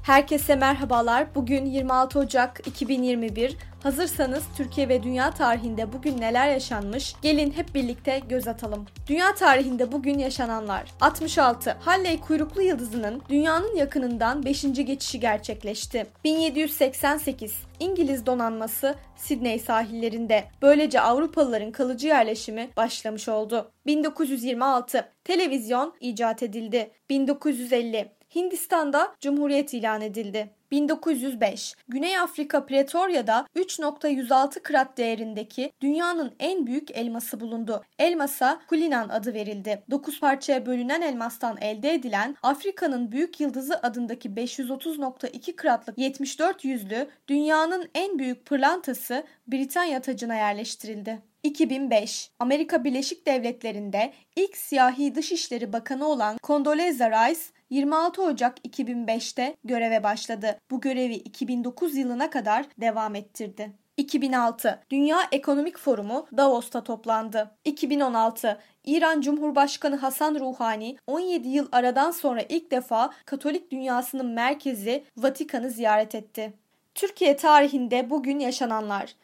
Herkese merhabalar. Bugün 26 Ocak 2021. Hazırsanız Türkiye ve dünya tarihinde bugün neler yaşanmış? Gelin hep birlikte göz atalım. Dünya tarihinde bugün yaşananlar. 66. Halley kuyruklu yıldızının dünyanın yakınından 5. geçişi gerçekleşti. 1788. İngiliz donanması Sidney sahillerinde. Böylece Avrupalıların kalıcı yerleşimi başlamış oldu. 1926. Televizyon icat edildi. 1950. Hindistan'da Cumhuriyet ilan edildi. 1905. Güney Afrika Pretoria'da 3.106 karat değerindeki dünyanın en büyük elması bulundu. Elmasa Cullinan adı verildi. 9 parçaya bölünen elmastan elde edilen Afrika'nın Büyük Yıldızı adındaki 530.2 karatlık 74 yüzlü dünyanın en büyük pırlantası Britanya tacına yerleştirildi. 2005. Amerika Birleşik Devletleri'nde ilk siyahi Dışişleri Bakanı olan Condoleezza Rice 26 Ocak 2005'te göreve başladı. Bu görevi 2009 yılına kadar devam ettirdi. 2006. Dünya Ekonomik Forumu Davos'ta toplandı. 2016. İran Cumhurbaşkanı Hasan Ruhani 17 yıl aradan sonra ilk defa Katolik dünyasının merkezi Vatikan'ı ziyaret etti. Türkiye tarihinde bugün yaşananlar.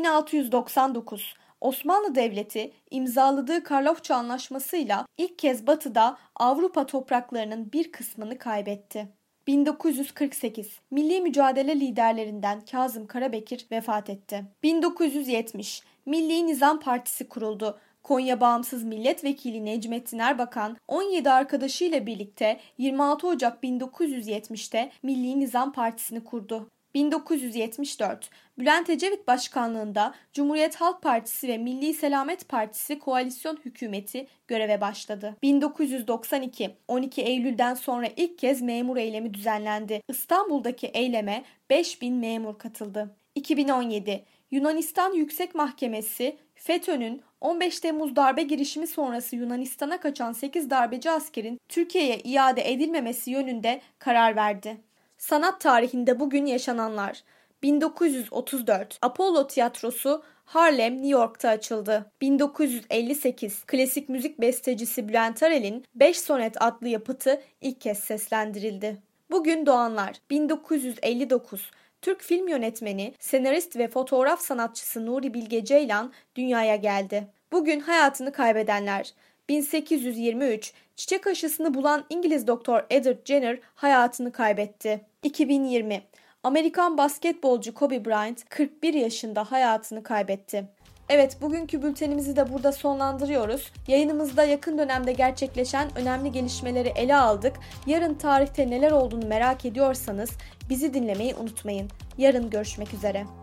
1699. Osmanlı Devleti imzaladığı Karlofça Anlaşması'yla ilk kez Batı'da Avrupa topraklarının bir kısmını kaybetti. 1948. Milli mücadele liderlerinden Kazım Karabekir vefat etti. 1970. Milli Nizam Partisi kuruldu. Konya Bağımsız Milletvekili Necmettin Erbakan 17 arkadaşıyla birlikte 26 Ocak 1970'te Milli Nizam Partisi'ni kurdu. 1974. Bülent Ecevit başkanlığında Cumhuriyet Halk Partisi ve Milli Selamet Partisi koalisyon hükümeti göreve başladı. 1992. 12 Eylül'den sonra ilk kez memur eylemi düzenlendi. İstanbul'daki eyleme 5000 memur katıldı. 2017. Yunanistan Yüksek Mahkemesi FETÖ'nün 15 Temmuz darbe girişimi sonrası Yunanistan'a kaçan 8 darbeci askerin Türkiye'ye iade edilmemesi yönünde karar verdi. Sanat tarihinde bugün yaşananlar. 1934. Apollo Tiyatrosu Harlem, New York'ta açıldı. 1958. Klasik müzik bestecisi Bülent Arel'in 5 Sonet adlı yapıtı ilk kez seslendirildi. Bugün doğanlar. 1959. Türk film yönetmeni, senarist ve fotoğraf sanatçısı Nuri Bilge Ceylan dünyaya geldi. Bugün hayatını kaybedenler. 1823. Çiçek aşısını bulan İngiliz doktor Edward Jenner hayatını kaybetti. 2020. Amerikan basketbolcu Kobe Bryant 41 yaşında hayatını kaybetti. Evet, bugünkü bültenimizi de burada sonlandırıyoruz. Yayınımızda yakın dönemde gerçekleşen önemli gelişmeleri ele aldık. Yarın tarihte neler olduğunu merak ediyorsanız bizi dinlemeyi unutmayın. Yarın görüşmek üzere.